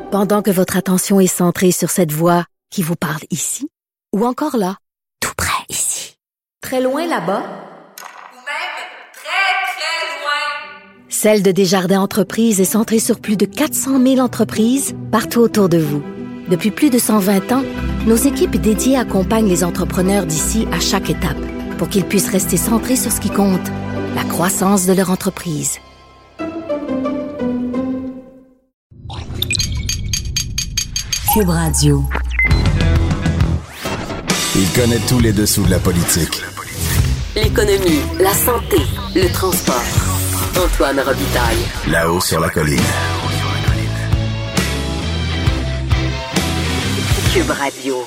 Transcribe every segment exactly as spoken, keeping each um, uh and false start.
Pendant que votre attention est centrée sur cette voix qui vous parle ici, ou encore là, tout près ici, très loin là-bas, ou même très, très loin. Celle de Desjardins Entreprises est centrée sur plus de quatre cent mille entreprises partout autour de vous. Depuis plus de cent vingt ans, nos équipes dédiées accompagnent les entrepreneurs d'ici à chaque étape pour qu'ils puissent rester centrés sur ce qui compte, la croissance de leur entreprise. Cube Radio. Il connaît tous les dessous de la politique. L'économie, la santé, le transport. Antoine Robitaille. Là-haut sur la colline. Cube Radio.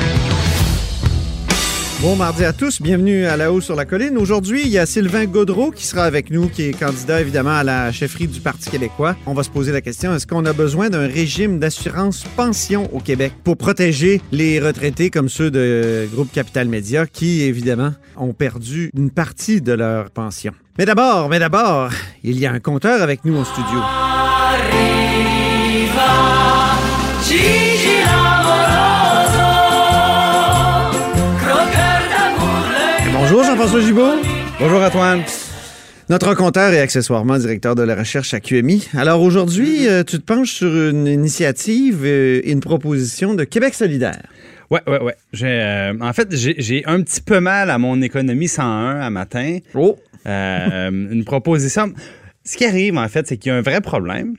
Bon mardi à tous, bienvenue à La Haut sur la colline. Aujourd'hui, il y a Sylvain Gaudreault qui sera avec nous, qui est candidat évidemment à la chefferie du Parti québécois. On va se poser la question, est-ce qu'on a besoin d'un régime d'assurance pension au Québec pour protéger les retraités comme ceux de Groupe Capital Média qui, évidemment, ont perdu une partie de leur pension? Mais d'abord, mais d'abord, il y a un compteur avec nous en studio. Arriva, Gigi Bonjour Jean-François Gibault. Bonjour Antoine. Notre compteur et accessoirement directeur de la recherche à Q M I. Alors aujourd'hui, euh, tu te penches sur une initiative euh, et une proposition de Québec solidaire. Ouais, ouais, ouais. J'ai, euh, en fait, j'ai, j'ai un petit peu mal à mon économie cent un à matin. Oh! Euh, une proposition. Ce qui arrive, en fait, c'est qu'il y a un vrai problème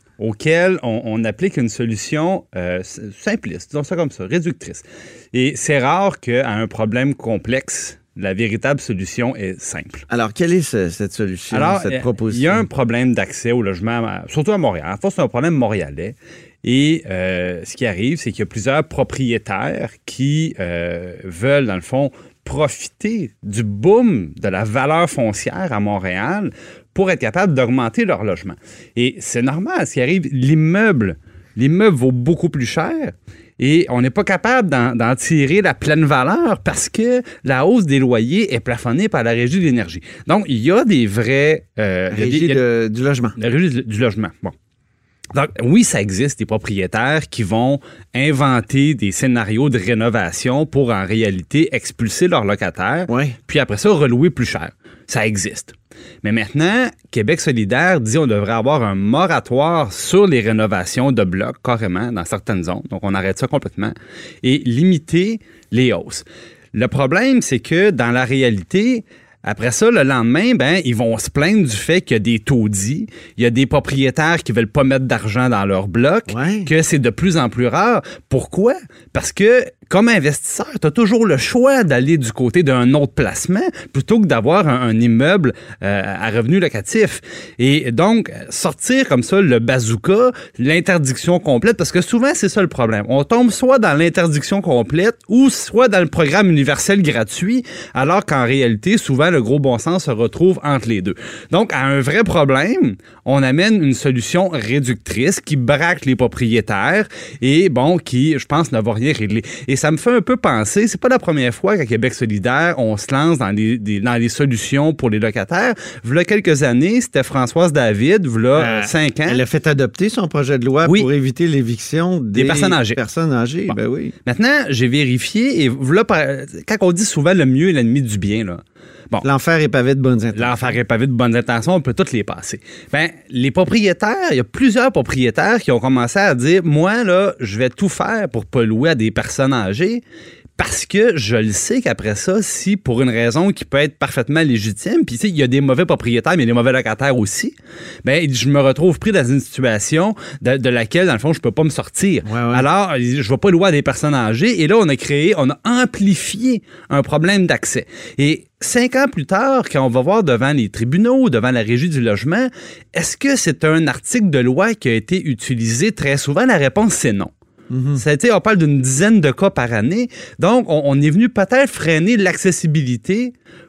auquel on, on applique une solution euh, simpliste, disons ça comme ça, réductrice. Et c'est rare qu'à un problème complexe, la véritable solution est simple. Alors, quelle est ce, cette solution, Alors, cette proposition? Il y a un problème d'accès au logement, surtout à Montréal. En fait, c'est un problème montréalais. Et euh, ce qui arrive, c'est qu'il y a plusieurs propriétaires qui euh, veulent, dans le fond, profiter du boom de la valeur foncière à Montréal pour être capable d'augmenter leur logement. Et c'est normal, ce qui arrive, l'immeuble, l'immeuble vaut beaucoup plus cher. Et on n'est pas capable d'en, d'en tirer la pleine valeur parce que la hausse des loyers est plafonnée par la Régie de l'énergie. Donc, il y a des vrais... Euh, Régie il y a des, de, du logement. La Régie du, du logement, bon. Donc, oui, ça existe des propriétaires qui vont inventer des scénarios de rénovation pour, en réalité, expulser leurs locataires, ouais. Puis après ça, relouer plus cher. Ça existe. Mais maintenant, Québec solidaire dit qu'on devrait avoir un moratoire sur les rénovations de blocs, carrément, dans certaines zones. Donc, on arrête ça complètement et limiter les hausses. Le problème, c'est que dans la réalité, après ça, le lendemain, ben, ils vont se plaindre du fait qu'il y a des taudis, il y a des propriétaires qui veulent pas mettre d'argent dans leur bloc, ouais. Que c'est de plus en plus rare. Pourquoi? Parce que comme investisseur, tu as toujours le choix d'aller du côté d'un autre placement plutôt que d'avoir un, un immeuble euh, à revenu locatif. Et donc, sortir comme ça le bazooka, l'interdiction complète, parce que souvent, c'est ça le problème. On tombe soit dans l'interdiction complète ou soit dans le programme universel gratuit, alors qu'en réalité, souvent, le gros bon sens se retrouve entre les deux. Donc, à un vrai problème, on amène une solution réductrice qui braque les propriétaires et, bon, qui, je pense, ne va rien régler. Et ça me fait un peu penser, c'est pas la première fois qu'à Québec solidaire, on se lance dans les, des, dans les solutions pour les locataires. V'là quelques années, c'était Françoise David, v'là euh, cinq ans. Elle a fait adopter son projet de loi oui. pour éviter l'éviction des, des personnes âgées. Personnes âgées, bon. Ben oui. Maintenant, j'ai vérifié et v'là, quand on dit souvent le mieux est l'ennemi du bien, là. Bon. L'enfer est pavé de bonnes intentions. L'enfer est pavé de bonnes intentions, on peut toutes les passer. Ben, les propriétaires, il y a plusieurs propriétaires qui ont commencé à dire, moi, là, je vais tout faire pour pas louer à des personnes âgées. Parce que je le sais qu'après ça, si pour une raison qui peut être parfaitement légitime, puis tu sais, il y a des mauvais propriétaires, mais il y a des mauvais locataires aussi, ben je me retrouve pris dans une situation de, de laquelle, dans le fond, je peux pas me sortir. Ouais, ouais. Alors, je vais pas louer à des personnes âgées. Et là, on a créé, on a amplifié un problème d'accès. Et cinq ans plus tard, quand on va voir devant les tribunaux, devant la Régie du logement, est-ce que c'est un article de loi qui a été utilisé très souvent? La réponse, c'est non. Mm-hmm. Ça a été, on parle d'une dizaine de cas par année. Donc, on, on est venu peut-être freiner l'accessibilité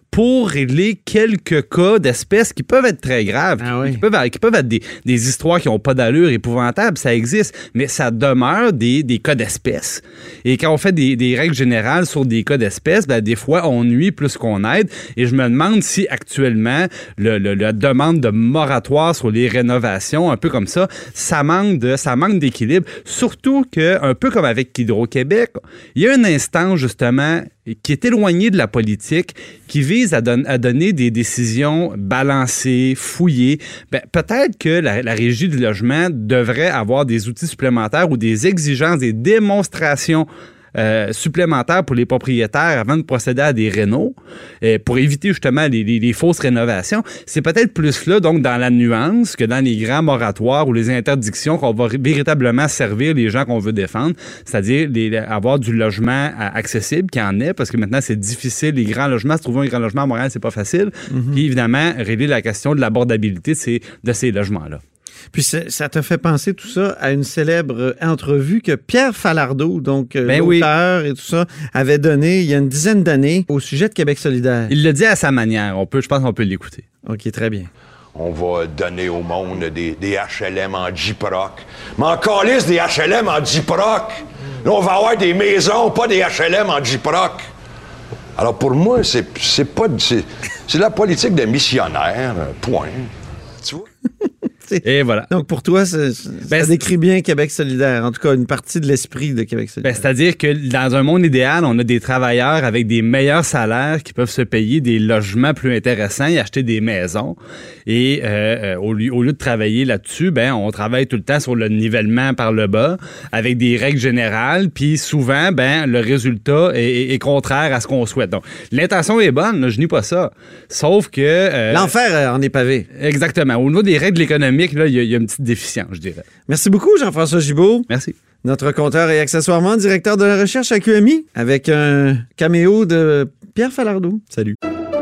pour régler quelques cas d'espèces qui peuvent être très graves, ah oui. qui, peuvent, qui peuvent être des, des histoires qui n'ont pas d'allure, épouvantables, ça existe, mais ça demeure des, des cas d'espèces. Et quand on fait des, des règles générales sur des cas d'espèces, ben, des fois, on nuit plus qu'on aide. Et je me demande si actuellement, le, le, la demande de moratoire sur les rénovations, un peu comme ça, ça manque, de, ça manque d'équilibre. Surtout que, un peu comme avec Hydro-Québec, il y a une instance, justement, qui est éloigné de la politique, qui vise à, don- à donner des décisions balancées, fouillées, ben, peut-être que la, la Régie du logement devrait avoir des outils supplémentaires ou des exigences, des démonstrations Euh, supplémentaires pour les propriétaires avant de procéder à des rénaux, euh, pour éviter justement les, les, les fausses rénovations. C'est peut-être plus là, donc, dans la nuance que dans les grands moratoires ou les interdictions qu'on va véritablement servir les gens qu'on veut défendre, c'est-à-dire les, avoir du logement accessible, qu'il y en ait, parce que maintenant, c'est difficile, les grands logements, se trouver un grand logement à Montréal, c'est pas facile. Mm-hmm. Puis évidemment, régler la question de l'abordabilité de ces, de ces logements-là. Puis ça te fait penser tout ça à une célèbre entrevue que Pierre Falardeau, donc ben l'auteur oui. et tout ça, avait donnée il y a une dizaine d'années au sujet de Québec solidaire. Il le dit à sa manière. On peut, je pense qu'on peut l'écouter. OK, très bien. On va donner au monde des, des H L M en J-Proc. Mais en calice des H L M en J-Proc. Là, on va avoir des maisons, pas des H L M en J-Proc. Alors pour moi, c'est, c'est pas... C'est, c'est la politique des missionnaires, point. Tu vois? Et voilà. Donc, pour toi, ça, ça ben, décrit bien Québec solidaire, en tout cas une partie de l'esprit de Québec solidaire. Ben, c'est-à-dire que dans un monde idéal, on a des travailleurs avec des meilleurs salaires qui peuvent se payer des logements plus intéressants et acheter des maisons. Et euh, au, lieu, au lieu de travailler là-dessus, ben, on travaille tout le temps sur le nivellement par le bas avec des règles générales. Puis souvent, ben, le résultat est, est, est contraire à ce qu'on souhaite. Donc, l'intention est bonne, là, je nie pas ça. Sauf que... Euh, L'enfer en est pavé. Exactement. Au niveau des règles de l'économie, là, il y, y a une petite déficience, je dirais. Merci beaucoup, Jean-François Gibault. Merci. Notre compteur et accessoirement directeur de la recherche à Q M I, avec un caméo de Pierre Falardeau. Salut.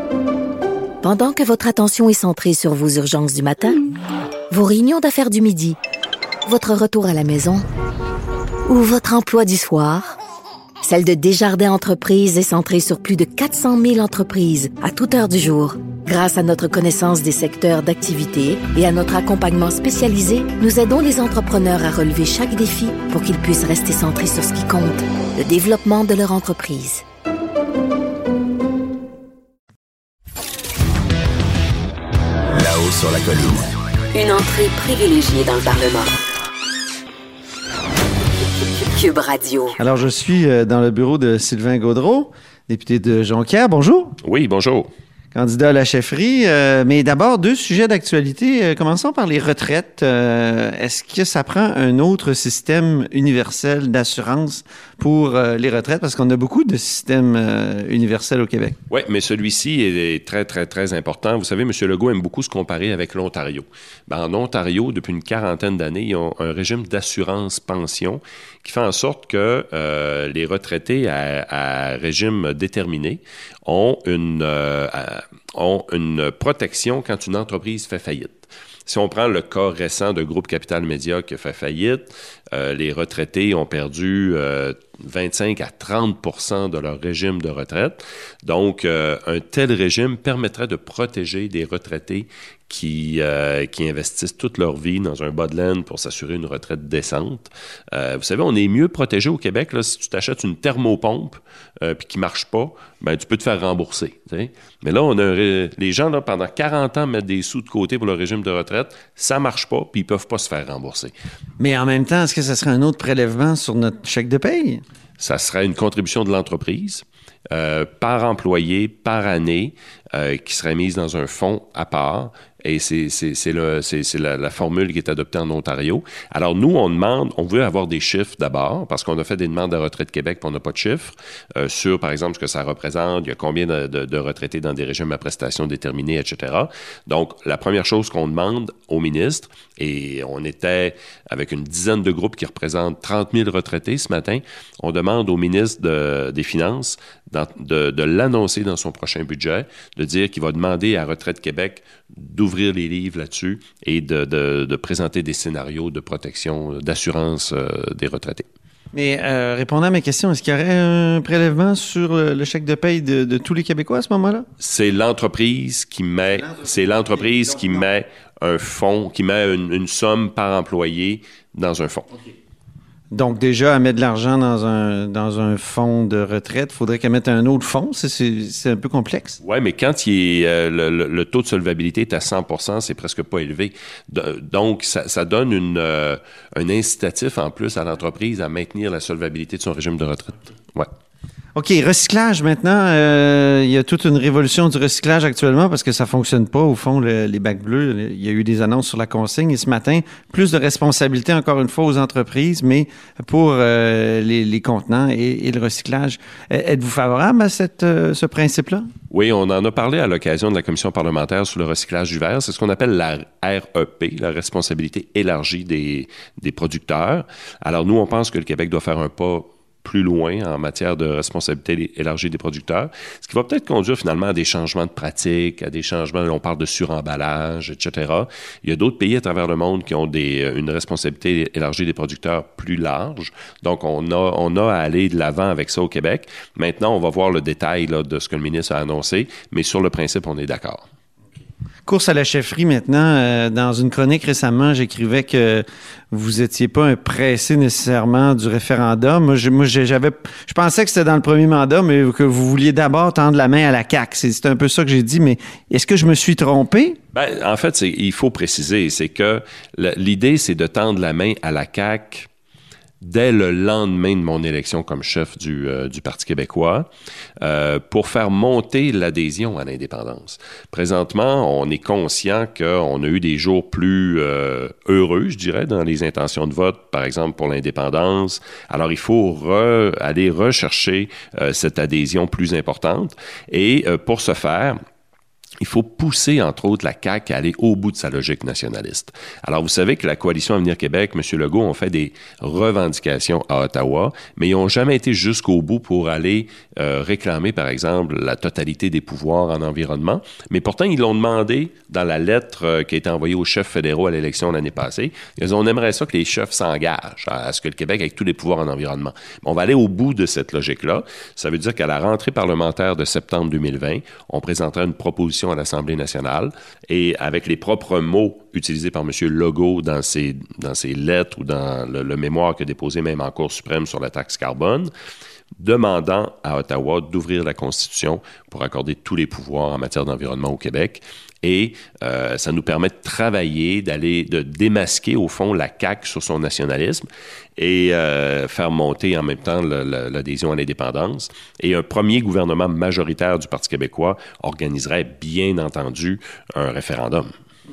Pendant que votre attention est centrée sur vos urgences du matin, vos réunions d'affaires du midi, votre retour à la maison ou votre emploi du soir, celle de Desjardins Entreprises est centrée sur plus de quatre cent mille entreprises à toute heure du jour. Grâce à notre connaissance des secteurs d'activité et à notre accompagnement spécialisé, nous aidons les entrepreneurs à relever chaque défi pour qu'ils puissent rester centrés sur ce qui compte, le développement de leur entreprise. Là-haut sur la colline. Une entrée privilégiée dans le Parlement. Cube Radio. Alors, je suis dans le bureau de Sylvain Gaudreault, député de Jonquière. Bonjour. Oui, bonjour. Candidat à la chefferie. Euh, mais d'abord, deux sujets d'actualité. Euh, commençons par les retraites. Euh, est-ce que ça prend un autre système universel d'assurance pour euh, les retraites? Parce qu'on a beaucoup de systèmes euh, universels au Québec. Oui, mais celui-ci est très, très, très important. Vous savez, M. Legault aime beaucoup se comparer avec l'Ontario. Ben, en Ontario, depuis une quarantaine d'années, ils ont un régime d'assurance pension qui fait en sorte que euh, les retraités à, à régime déterminé ont une, euh, ont une protection quand une entreprise fait faillite. Si on prend le cas récent de Groupe Capital Média qui a fait faillite, euh, les retraités ont perdu euh, vingt-cinq à trente pour cent de leur régime de retraite. Donc, euh, un tel régime permettrait de protéger des retraités qui, euh, qui investissent toute leur vie dans un bas de laine pour s'assurer une retraite décente. Euh, vous savez, on est mieux protégé au Québec là, si tu t'achètes une thermopompe euh, puis qui ne marche pas, ben, tu peux te faire rembourser. T'sais. Mais là, on a un, les gens, là, pendant quarante ans, mettent des sous de côté pour le régime de retraite. Ça ne marche pas puis ils ne peuvent pas se faire rembourser. Mais en même temps, est-ce que ça serait un autre prélèvement sur notre chèque de paye? Ça serait une contribution de l'entreprise euh, par employé, par année, euh, qui serait mise dans un fonds à part. Et c'est, c'est, c'est, le, c'est, c'est la, la formule qui est adoptée en Ontario. Alors, nous, on demande, on veut avoir des chiffres d'abord, parce qu'on a fait des demandes de retraite Québec, puis on n'a pas de chiffres euh, sur, par exemple, ce que ça représente, il y a combien de, de, de retraités dans des régimes à prestations déterminées, et cetera. Donc, la première chose qu'on demande au ministre, et on était avec une dizaine de groupes qui représentent trente mille retraités ce matin, on demande au ministre de, des Finances dans, de, de l'annoncer dans son prochain budget, de dire qu'il va demander à Retraite Québec d'ouvrir les livres là-dessus et de, de, de présenter des scénarios de protection, d'assurance euh, des retraités. Mais euh, répondant à ma question, est-ce qu'il y aurait un prélèvement sur le, le chèque de paye de, de tous les Québécois à ce moment-là? C'est l'entreprise qui met, c'est l'entreprise qui met un fonds, qui met une, une somme par employé dans un fonds. Okay. Donc, déjà, à mettre de l'argent dans un, dans un fonds de retraite, il faudrait qu'elle mette un autre fonds. C'est, c'est, c'est un peu complexe. Oui, mais quand il est, euh, le, le taux de solvabilité est à cent pour cent, c'est presque pas élevé. De, donc, ça, ça donne une, euh, un incitatif en plus à l'entreprise à maintenir la solvabilité de son régime de retraite. Ouais. OK, recyclage maintenant. Euh, il y a toute une révolution du recyclage actuellement parce que ça fonctionne pas. Au fond, le, les bacs bleus, il y a eu des annonces sur la consigne. Et ce matin, plus de responsabilités, encore une fois, aux entreprises, mais pour euh, les, les contenants et, et le recyclage. Êtes-vous favorable à cette, euh, ce principe-là? Oui, on en a parlé à l'occasion de la commission parlementaire sur le recyclage du verre. C'est ce qu'on appelle la R E P, la responsabilité élargie des, des producteurs. Alors, nous, on pense que le Québec doit faire un pas plus loin en matière de responsabilité élargie des producteurs, ce qui va peut-être conduire finalement à des changements de pratiques, à des changements, on parle de suremballage, et cetera. Il y a d'autres pays à travers le monde qui ont des, une responsabilité élargie des producteurs plus large. Donc, on a, on a à aller de l'avant avec ça au Québec. Maintenant, on va voir le détail là, de ce que le ministre a annoncé, mais sur le principe, on est d'accord. Course à la chefferie maintenant. Euh, dans une chronique récemment, j'écrivais que vous étiez pas un pressé nécessairement du référendum. Moi, je, moi, j'avais, je pensais que c'était dans le premier mandat, mais que vous vouliez d'abord tendre la main à la C A Q. C'est, c'est un peu ça que j'ai dit, mais est-ce que je me suis trompé? Ben, en fait, c'est, il faut préciser, c'est que le, l'idée, c'est de tendre la main à la C A Q dès le lendemain de mon élection comme chef du, euh, du Parti québécois, euh, pour faire monter l'adhésion à l'indépendance. Présentement, on est conscient qu'on a eu des jours plus euh, heureux, je dirais, dans les intentions de vote, par exemple pour l'indépendance. Alors, il faut re, aller rechercher euh, cette adhésion plus importante. Et euh, pour ce faire, il faut pousser, entre autres, la C A Q à aller au bout de sa logique nationaliste. Alors, vous savez que la Coalition Avenir Québec, M. Legault, ont fait des revendications à Ottawa, mais ils n'ont jamais été jusqu'au bout pour aller euh, réclamer, par exemple, la totalité des pouvoirs en environnement. Mais pourtant, ils l'ont demandé dans la lettre euh, qui a été envoyée aux chefs fédéraux à l'élection l'année passée. Ils ont, on aimerait ça que les chefs s'engagent à, à ce que le Québec ait tous les pouvoirs en environnement. Mais on va aller au bout de cette logique-là. Ça veut dire qu'à la rentrée parlementaire de septembre deux mille vingt, on présentera une proposition à l'Assemblée nationale et avec les propres mots utilisés par M. Legault dans ses, dans ses lettres ou dans le, le mémoire qu'il a déposé même en Cour suprême sur la taxe carbone, demandant à Ottawa d'ouvrir la Constitution pour accorder tous les pouvoirs en matière d'environnement au Québec. Et euh, ça nous permet de travailler, d'aller, de démasquer au fond la C A Q sur son nationalisme et euh, faire monter en même temps le, le, l'adhésion à l'indépendance. Et un premier gouvernement majoritaire du Parti québécois organiserait bien entendu un référendum.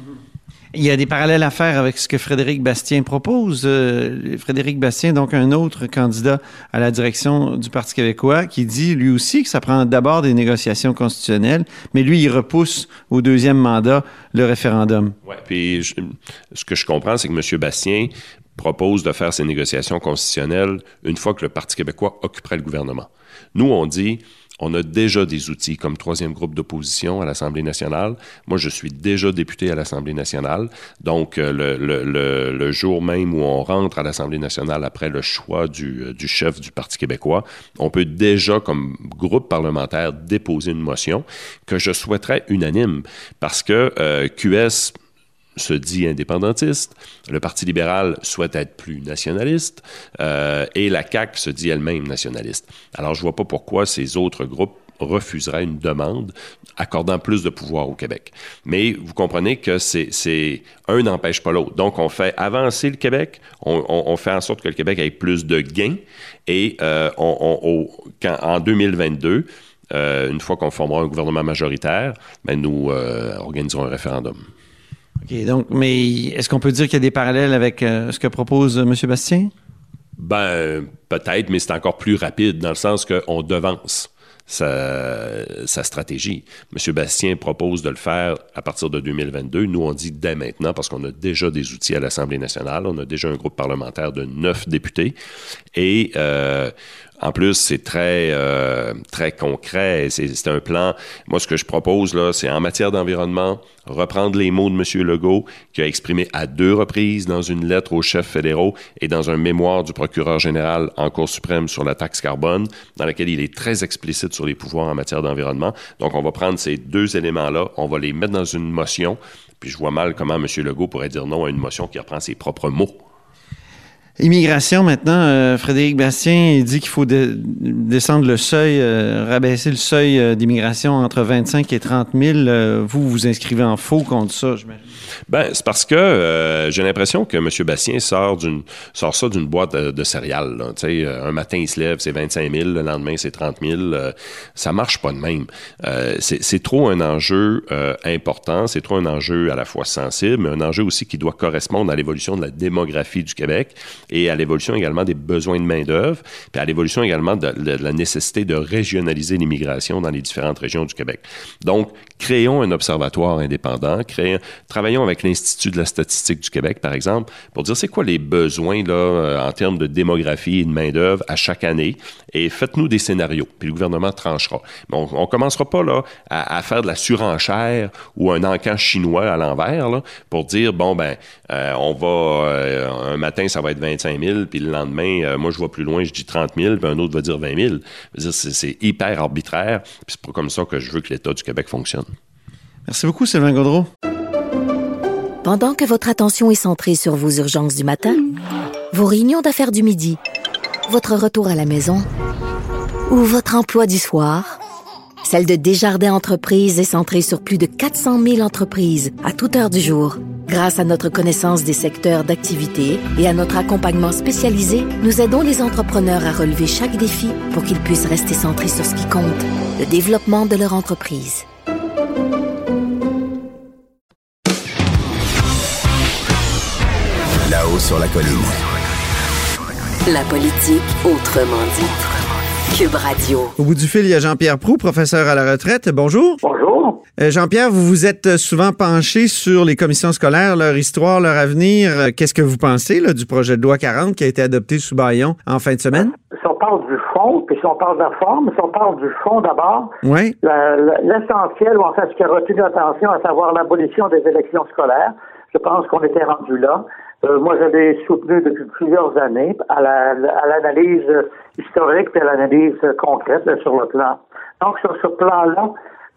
Il y a des parallèles à faire avec ce que Frédéric Bastien propose. Euh, Frédéric Bastien, donc un autre candidat à la direction du Parti québécois, qui dit lui aussi que ça prend d'abord des négociations constitutionnelles, mais lui, il repousse au deuxième mandat le référendum. Oui, puis je, ce que je comprends, c'est que M. Bastien propose de faire ces négociations constitutionnelles une fois que le Parti québécois occuperait le gouvernement. Nous, on dit... On a déjà des outils comme troisième groupe d'opposition à l'Assemblée nationale. Moi, je suis déjà député à l'Assemblée nationale. Donc, le, le, le, le jour même où on rentre à l'Assemblée nationale après le choix du, du chef du Parti québécois, on peut déjà, comme groupe parlementaire, déposer une motion que je souhaiterais unanime parce que euh, Q S se dit indépendantiste, le Parti libéral souhaite être plus nationaliste euh, et la C A Q se dit elle-même nationaliste. Alors, je vois pas pourquoi ces autres groupes refuseraient une demande accordant plus de pouvoir au Québec. Mais vous comprenez que c'est, c'est un n'empêche pas l'autre. Donc, on fait avancer le Québec, on, on, on fait en sorte que le Québec ait plus de gains et euh, on, on, on, quand, en deux mille vingt-deux, euh, une fois qu'on formera un gouvernement majoritaire, ben, nous euh, organiserons un référendum. OK, donc, mais est-ce qu'on peut dire qu'il y a des parallèles avec euh, ce que propose euh, M. Bastien? Ben, peut-être, mais c'est encore plus rapide dans le sens qu'on devance sa, sa stratégie. M. Bastien propose de le faire à partir de deux mille vingt-deux. Nous, on dit dès maintenant parce qu'on a déjà des outils à l'Assemblée nationale. On a déjà un groupe parlementaire de neuf députés. Et euh, En plus, c'est très euh, très concret. C'est, c'est un plan. Moi, ce que je propose, là, c'est en matière d'environnement, reprendre les mots de M. Legault, qui a exprimé à deux reprises dans une lettre aux chefs fédéraux et dans un mémoire du procureur général en Cour suprême sur la taxe carbone, dans lequel il est très explicite sur les pouvoirs en matière d'environnement. Donc, on va prendre ces deux éléments-là, on va les mettre dans une motion, puis je vois mal comment M. Legault pourrait dire non à une motion qui reprend ses propres mots. Immigration, maintenant, euh, Frédéric Bastien il dit qu'il faut de, descendre le seuil, euh, rabaisser le seuil euh, d'immigration entre vingt-cinq et trente mille. Euh, vous, vous inscrivez en faux contre ça, j'imagine. Ben, c'est parce que euh, j'ai l'impression que M. Bastien sort d'une sort ça d'une boîte de, de céréales. Là. Tu sais, un matin, il se lève, c'est vingt-cinq mille, le lendemain, c'est trente mille. Euh, ça marche pas de même. Euh, c'est, c'est trop un enjeu euh, important, c'est trop un enjeu à la fois sensible, mais un enjeu aussi qui doit correspondre à l'évolution de la démographie du Québec et à l'évolution également des besoins de main-d'œuvre, puis à l'évolution également de, de, de la nécessité de régionaliser l'immigration dans les différentes régions du Québec. Donc, créons un observatoire indépendant, créons, travaillons avec l'Institut de la statistique du Québec, par exemple, pour dire c'est quoi les besoins là, en termes de démographie et de main-d'œuvre à chaque année, et faites-nous des scénarios, puis le gouvernement tranchera. Mais on ne commencera pas là, à, à faire de la surenchère ou un encan chinois à l'envers là, pour dire, bon, ben, euh, on va, euh, un matin, ça va être vingt-cinq mille, puis le lendemain, euh, moi, je vais plus loin, je dis trente mille, puis un autre va dire vingt mille. C'est, c'est hyper arbitraire, puis c'est pas comme ça que je veux que l'État du Québec fonctionne. Merci beaucoup, Sylvain Gaudreault. Pendant que votre attention est centrée sur vos urgences du matin, vos réunions d'affaires du midi, votre retour à la maison ou votre emploi du soir, celle de Desjardins Entreprises est centrée sur plus de quatre cent mille entreprises à toute heure du jour. Grâce à notre connaissance des secteurs d'activité et à notre accompagnement spécialisé, nous aidons les entrepreneurs à relever chaque défi pour qu'ils puissent rester centrés sur ce qui compte, le développement de leur entreprise. Là-haut sur la colline. La politique autrement dit. Cube Radio. Au bout du fil, il y a Jean-Pierre Proulx, professeur à la retraite. Bonjour. Bonjour. Euh, Jean-Pierre, vous vous êtes souvent penché sur les commissions scolaires, leur histoire, leur avenir. Euh, Qu'est-ce que vous pensez là, du projet de loi quarante qui a été adopté sous Baillon en fin de semaine? Si on parle du fond, puis si on parle de la forme, si on parle du fond d'abord, oui. la, la, l'essentiel, ou en fait ce qui a retenu l'attention, à savoir l'abolition des élections scolaires, je pense qu'on était rendu là. Euh, moi, j'avais soutenu depuis plusieurs années à, la, à l'analyse historique et à l'analyse concrète là, sur le plan. Donc, sur ce plan-là,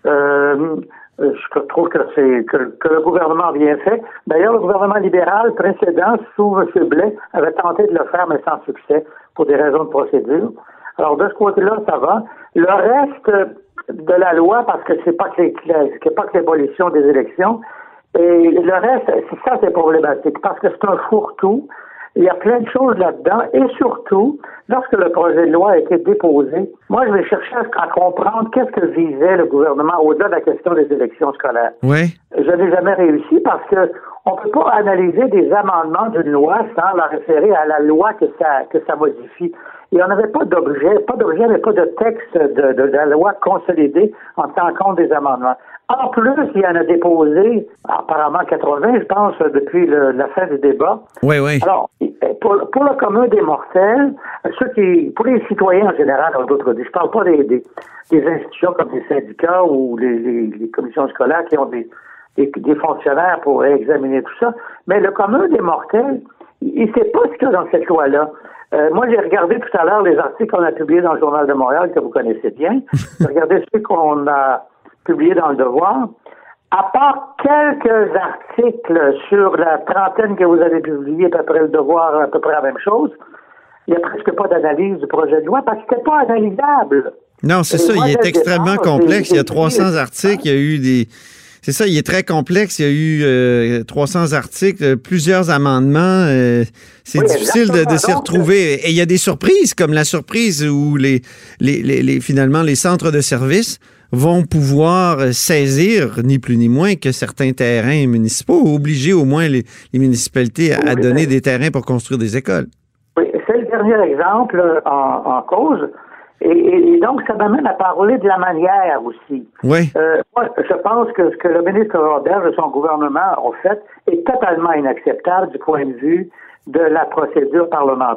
euh, je trouve que c'est que, que le gouvernement a bien fait. D'ailleurs, le gouvernement libéral précédent, sous M. Blais, avait tenté de le faire, mais sans succès, pour des raisons de procédure. Alors, de ce côté-là, ça va. Le reste de la loi, parce que c'est pas que, les, c'est pas que l'abolition des élections, et le reste, c'est ça, c'est problématique, parce que c'est un fourre-tout. Il y a plein de choses là-dedans, et surtout, lorsque le projet de loi a été déposé, moi, je vais chercher à comprendre qu'est-ce que visait le gouvernement au-delà de la question des élections scolaires. Oui. Je n'ai jamais réussi parce que on peut pas analyser des amendements d'une loi sans la référer à la loi que ça, que ça modifie. Et on n'avait pas d'objet, pas d'objet, mais pas de texte de, de, de la loi consolidée en tenant compte des amendements. En plus, il y en a déposé, apparemment quatre-vingts, je pense, depuis le, la fin du débat. Oui, oui. Alors, pour, pour le commun des mortels, ceux qui, pour les citoyens en général, dans d'autres dit, je parle pas des, des, des institutions comme les syndicats ou les, les, les commissions scolaires qui ont des, des, des fonctionnaires pour examiner tout ça, mais le commun des mortels, il ne sait pas ce qu'il y a dans cette loi-là. Euh, moi, j'ai regardé tout à l'heure les articles qu'on a publiés dans le Journal de Montréal, que vous connaissez bien. J'ai regardé ceux qu'on a publiés dans Le Devoir. À part quelques articles sur la trentaine que vous avez publiés, à peu près Le Devoir, à peu près la même chose, il n'y a presque pas d'analyse du projet de loi parce que c'était pas analysable. Non, c'est Et ça, moi, il est extrêmement départ, complexe. j'ai, Il y a trois cents j'ai... articles, il y a eu des... C'est ça, il est très complexe. Il y a eu euh, trois cents articles, plusieurs amendements. Euh, c'est oui, difficile de, de s'y retrouver. Et il y a des surprises, comme la surprise où les, les, les, les finalement les centres de services vont pouvoir saisir, ni plus ni moins, que certains terrains municipaux, obliger au moins les, les municipalités à, oui, à donner des terrains pour construire des écoles. Oui, c'est le dernier exemple en, en cause. Et, et, et donc, ça m'amène à parler de la manière aussi. Oui. Euh, moi, je pense que ce que le ministre Robert et son gouvernement ont fait est totalement inacceptable du point de vue de la procédure parlementaire.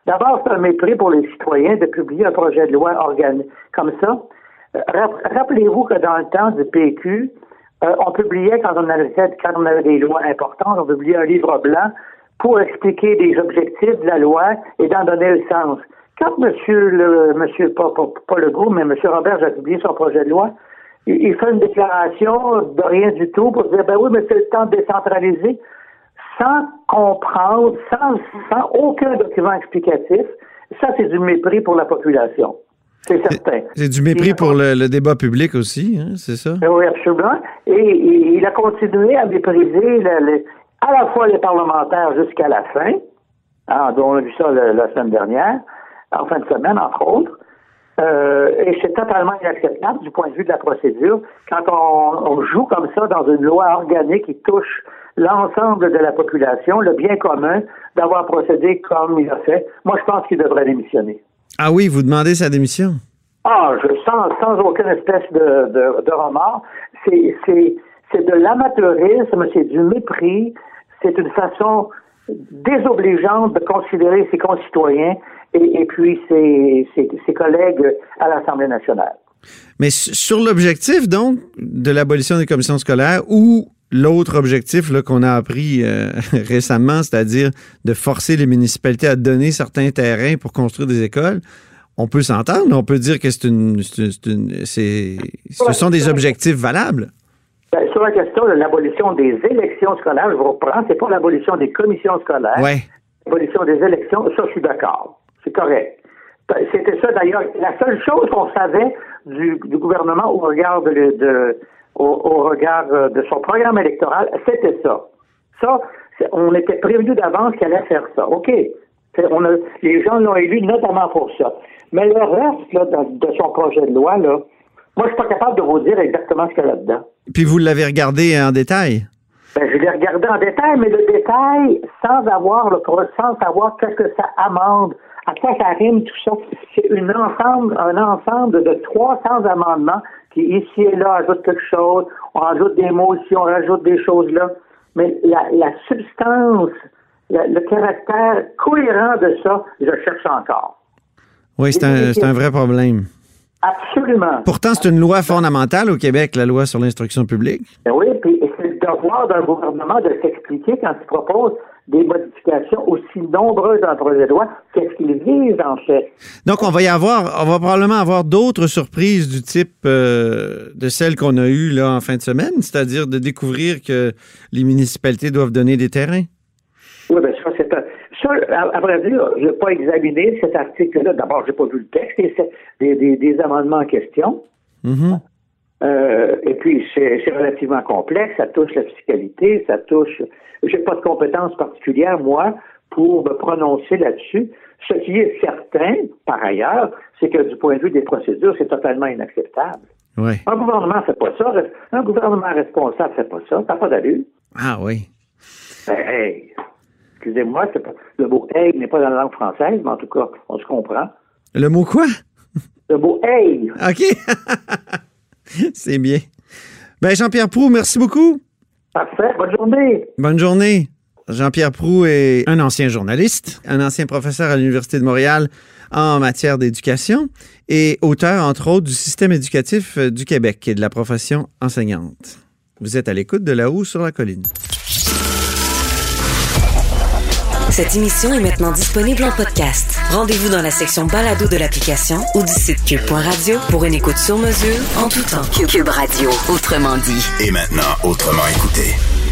D'abord, c'est un mépris pour les citoyens de publier un projet de loi organique comme ça. Euh, rappelez-vous que dans le temps du P Q, euh, on publiait, quand on avait quand on avait des lois importantes, on publiait un livre blanc pour expliquer les objectifs de la loi et d'en donner le sens. Quand monsieur le monsieur pas, pas, pas Legault, mais monsieur Robert a publié son projet de loi, il, il fait une déclaration de rien du tout pour dire ben oui, mais c'est le temps de décentraliser, sans comprendre, sans, sans aucun document explicatif. Ça, c'est du mépris pour la population. C'est certain. C'est, c'est du mépris et, pour le, le débat public aussi, hein, c'est ça? Oui, absolument. Et, et il a continué à mépriser le, le, à la fois les parlementaires jusqu'à la fin. Ah, on a vu ça le, la semaine dernière, en fin de semaine, entre autres. Euh, et c'est totalement inacceptable du point de vue de la procédure quand on, on joue comme ça dans une loi organique qui touche l'ensemble de la population, le bien commun, d'avoir procédé comme il a fait. Moi, je pense qu'il devrait démissionner. Ah oui, vous demandez sa démission? Ah, je sens sans aucune espèce de, de, de remords. C'est, c'est, c'est de l'amateurisme, c'est du mépris, c'est une façon désobligeante de considérer ses concitoyens et, et puis ses, ses, ses collègues à l'Assemblée nationale. Mais sur l'objectif, donc, de l'abolition des commissions scolaires ou l'autre objectif là, qu'on a appris euh, récemment, c'est-à-dire de forcer les municipalités à donner certains terrains pour construire des écoles, on peut s'entendre, on peut dire que c'est une, c'est, c'est une, c'est, ce sont des objectifs valables. Ben, sur la question de l'abolition des élections scolaires, je vous reprends, c'est pas l'abolition des commissions scolaires, ouais. L'abolition des élections, ça je suis d'accord, c'est correct. C'était ça d'ailleurs, la seule chose qu'on savait du, du gouvernement au regard de, de Au, au regard de son programme électoral, c'était ça. Ça, on était prévenu d'avance qu'il allait faire ça. OK. On a, les gens l'ont élu notamment pour ça. Mais le reste là, de, de son projet de loi, là, moi, je suis pas capable de vous dire exactement ce qu'il y a là-dedans. Puis vous l'avez regardé en détail? Ben, je l'ai regardé en détail, mais le détail, sans avoir le sans savoir qu'est-ce que ça amende, à quoi ça rime, tout ça. C'est une ensemble, un ensemble de trois cents amendements qui, ici et là, ajoutent quelque chose, on ajoute des mots ici, on rajoute des choses là. Mais la, la substance, la, le caractère cohérent de ça, je cherche encore. Oui, c'est un, c'est un vrai problème. Absolument. Pourtant, c'est une loi fondamentale au Québec, la loi sur l'instruction publique. Ben oui, puis c'est le devoir d'un gouvernement de s'expliquer quand il propose des modifications aussi nombreuses dans le projet de loi, qu'est-ce qu'il vise en fait. Donc, on va y avoir, on va probablement avoir d'autres surprises du type euh, de celles qu'on a eues là en fin de semaine, c'est-à-dire de découvrir que les municipalités doivent donner des terrains. Oui, bien ça, c'est un... Ça, à, à vrai dire, je n'ai pas examiné cet article-là. D'abord, je n'ai pas vu le texte des, des, des amendements en question. Mm-hmm. Euh, et puis, c'est, c'est relativement complexe. Ça touche la fiscalité, ça touche... Je n'ai pas de compétences particulières, moi, pour me prononcer là-dessus. Ce qui est certain, par ailleurs, c'est que du point de vue des procédures, c'est totalement inacceptable. Oui. Un gouvernement ne fait pas ça. Un gouvernement responsable ne fait pas ça. Ça n'a pas d'allure. Ah oui. Ben, hey... Excusez-moi, c'est pas, le mot « hey » n'est pas dans la langue française, mais en tout cas, on se comprend. Le mot quoi? Le mot « hey ». OK. C'est bien. Ben Jean-Pierre Proulx, merci beaucoup. Parfait. Bonne journée. Bonne journée. Jean-Pierre Proulx est un ancien journaliste, un ancien professeur à l'Université de Montréal en matière d'éducation et auteur, entre autres, du système éducatif du Québec et de la profession enseignante. Vous êtes à l'écoute de Là-haut sur la colline. Cette émission est maintenant disponible en podcast. Rendez-vous dans la section balado de l'application ou du site cube point radio pour une écoute sur mesure en tout temps. Cube Radio, autrement dit. Et maintenant, autrement écouté.